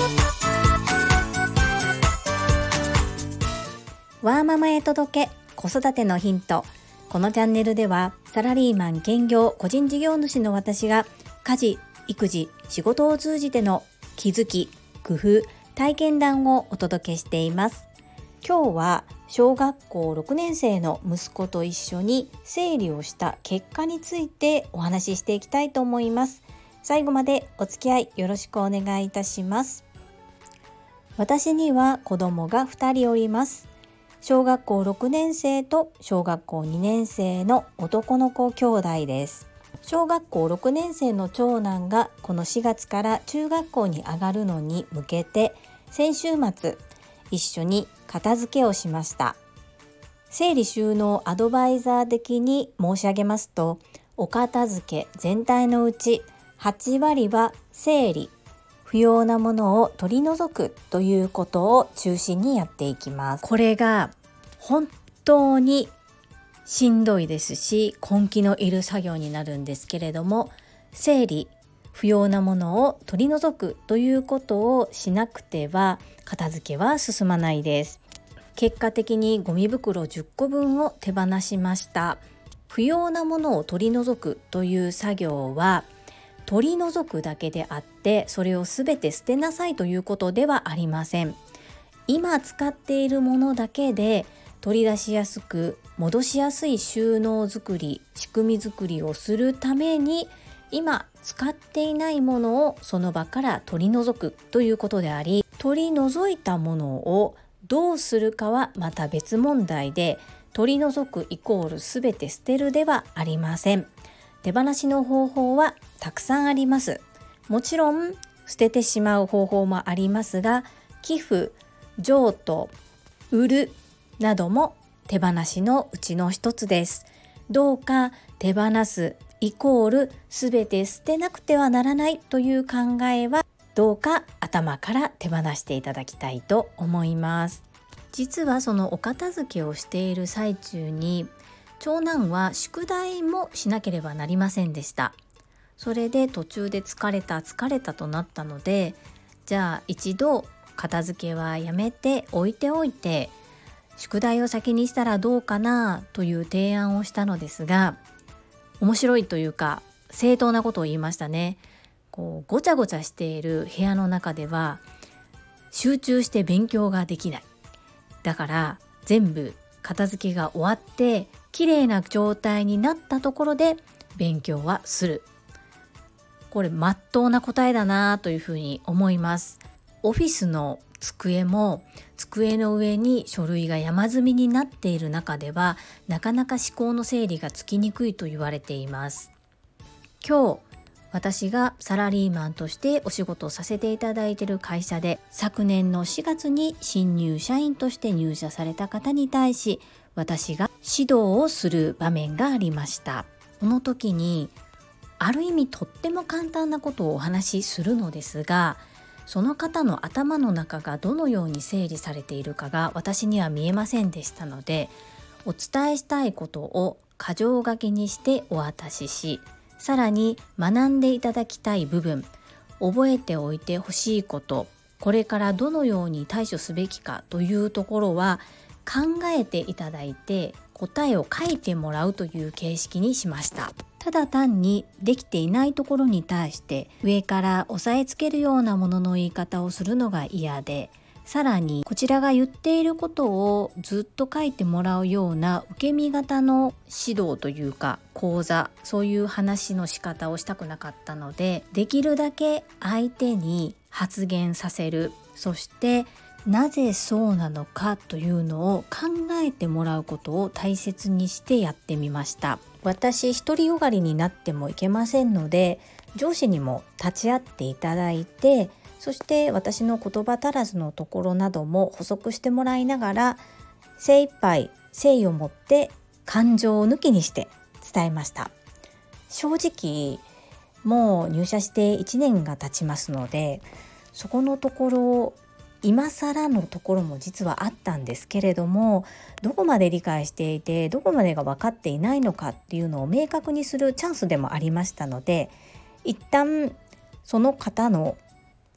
ワーママへ届け子育てのヒント。このチャンネルではサラリーマン兼業個人事業主の私が家事、育児、仕事を通じての気づき、工夫、体験談をお届けしています。今日は小学校6年生の息子と一緒に整理をした結果についてお話ししていきたいと思います。最後までお付き合いよろしくお願いいたします。私には子供が2人おります。小学校6年生と小学校2年生の男の子兄弟です。小学校6年生の長男がこの4月から中学校に上がるのに向けて先週末一緒に片付けをしました。整理収納アドバイザー的に申し上げますと、お片付け全体のうち8割は整理、不要なものを取り除くということを中心にやっていきます。これが本当にしんどいですし、根気のいる作業になるんですけれども、整理、不要なものを取り除くということをしなくては片付けは進まないです。結果的にゴミ袋10個分を手放しました。不要なものを取り除くという作業は取り除くだけであって、それをすべて捨てなさいということではありません。今使っているものだけで取り出しやすく戻しやすい収納作り、仕組み作りをするために、今使っていないものをその場から取り除くということであり、取り除いたものをどうするかはまた別問題で、取り除くイコールすべて捨てるではありません。手放しの方法はたくさんあります。もちろん捨ててしまう方法もありますが、寄付、譲渡、売るなども手放しのうちの一つです。どうか手放すイコールすべて捨てなくてはならないという考えは、どうか頭から手放していただきたいと思います。実はそのお片付けをしている最中に、長男は宿題もしなければなりませんでした。それで途中で疲れたとなったので、じゃあ一度片付けはやめて置いておいて、宿題を先にしたらどうかなという提案をしたのですが、面白いというか正当なことを言いましたね。ごちゃごちゃしている部屋の中では集中して勉強ができない。だから全部片付けが終わってきれいな状態になったところで勉強はする。これ真っ当な答えだなというふうに思います。オフィスの机も机の上に書類が山積みになっている中では、なかなか思考の整理がつきにくいと言われています。今日私がサラリーマンとしてお仕事をさせていただいている会社で、昨年の4月に新入社員として入社された方に対し、私が指導をする場面がありました。この時にある意味とっても簡単なことをお話しするのですが、その方の頭の中がどのように整理されているかが私には見えませんでしたので、お伝えしたいことを箇条書きにしてお渡しし、さらに学んでいただきたい部分、覚えておいてほしいこと、これからどのように対処すべきかというところは考えていただいて、答えを書いてもらうという形式にしました。ただ単にできていないところに対して上から押さえつけるようなものの言い方をするのが嫌で、さらにこちらが言っていることをずっと書いてもらうような受け身型の指導というか講座、そういう話の仕方をしたくなかったので、できるだけ相手に発言させる、そしてなぜそうなのかというのを考えてもらうことを大切にしてやってみました。私独りよがりになってもいけませんので、上司にも立ち会っていただいて、そして私の言葉足らずのところなども補足してもらいながら、精一杯誠意を持って感情を抜きにして伝えました。正直もう入社して1年が経ちますので、そこのところ今更のところも実はあったんですけれども、どこまで理解していてどこまでが分かっていないのかっていうのを明確にするチャンスでもありましたので、一旦その方の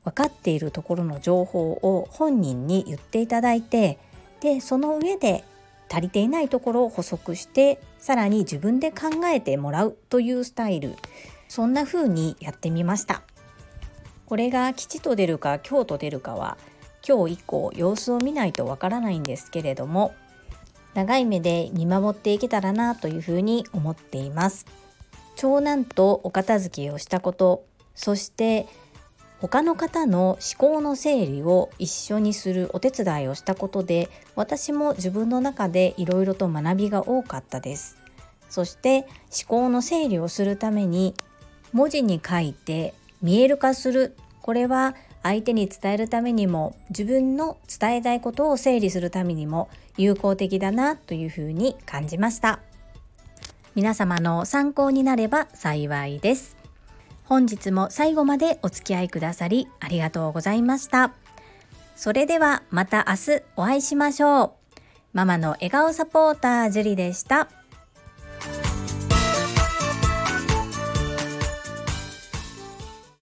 分かっているところの情報を本人に言っていただいて、でその上で足りていないところを補足して、さらに自分で考えてもらうというスタイル、そんな風にやってみました。これが吉と出るか凶と出るかは今日以降様子を見ないとわからないんですけれども、長い目で見守っていけたらなというふうに思っています。長男とお片付けをしたこと、そして他の方の思考の整理を一緒にするお手伝いをしたことで、私も自分の中でいろいろと学びが多かったです。そして思考の整理をするために文字に書いて見える化する、これは相手に伝えるためにも自分の伝えたいことを整理するためにも有効的だなというふうに感じました。皆様の参考になれば幸いです。本日も最後までお付き合いくださりありがとうございました。それではまた明日お会いしましょう。ママの笑顔サポータージュリでした。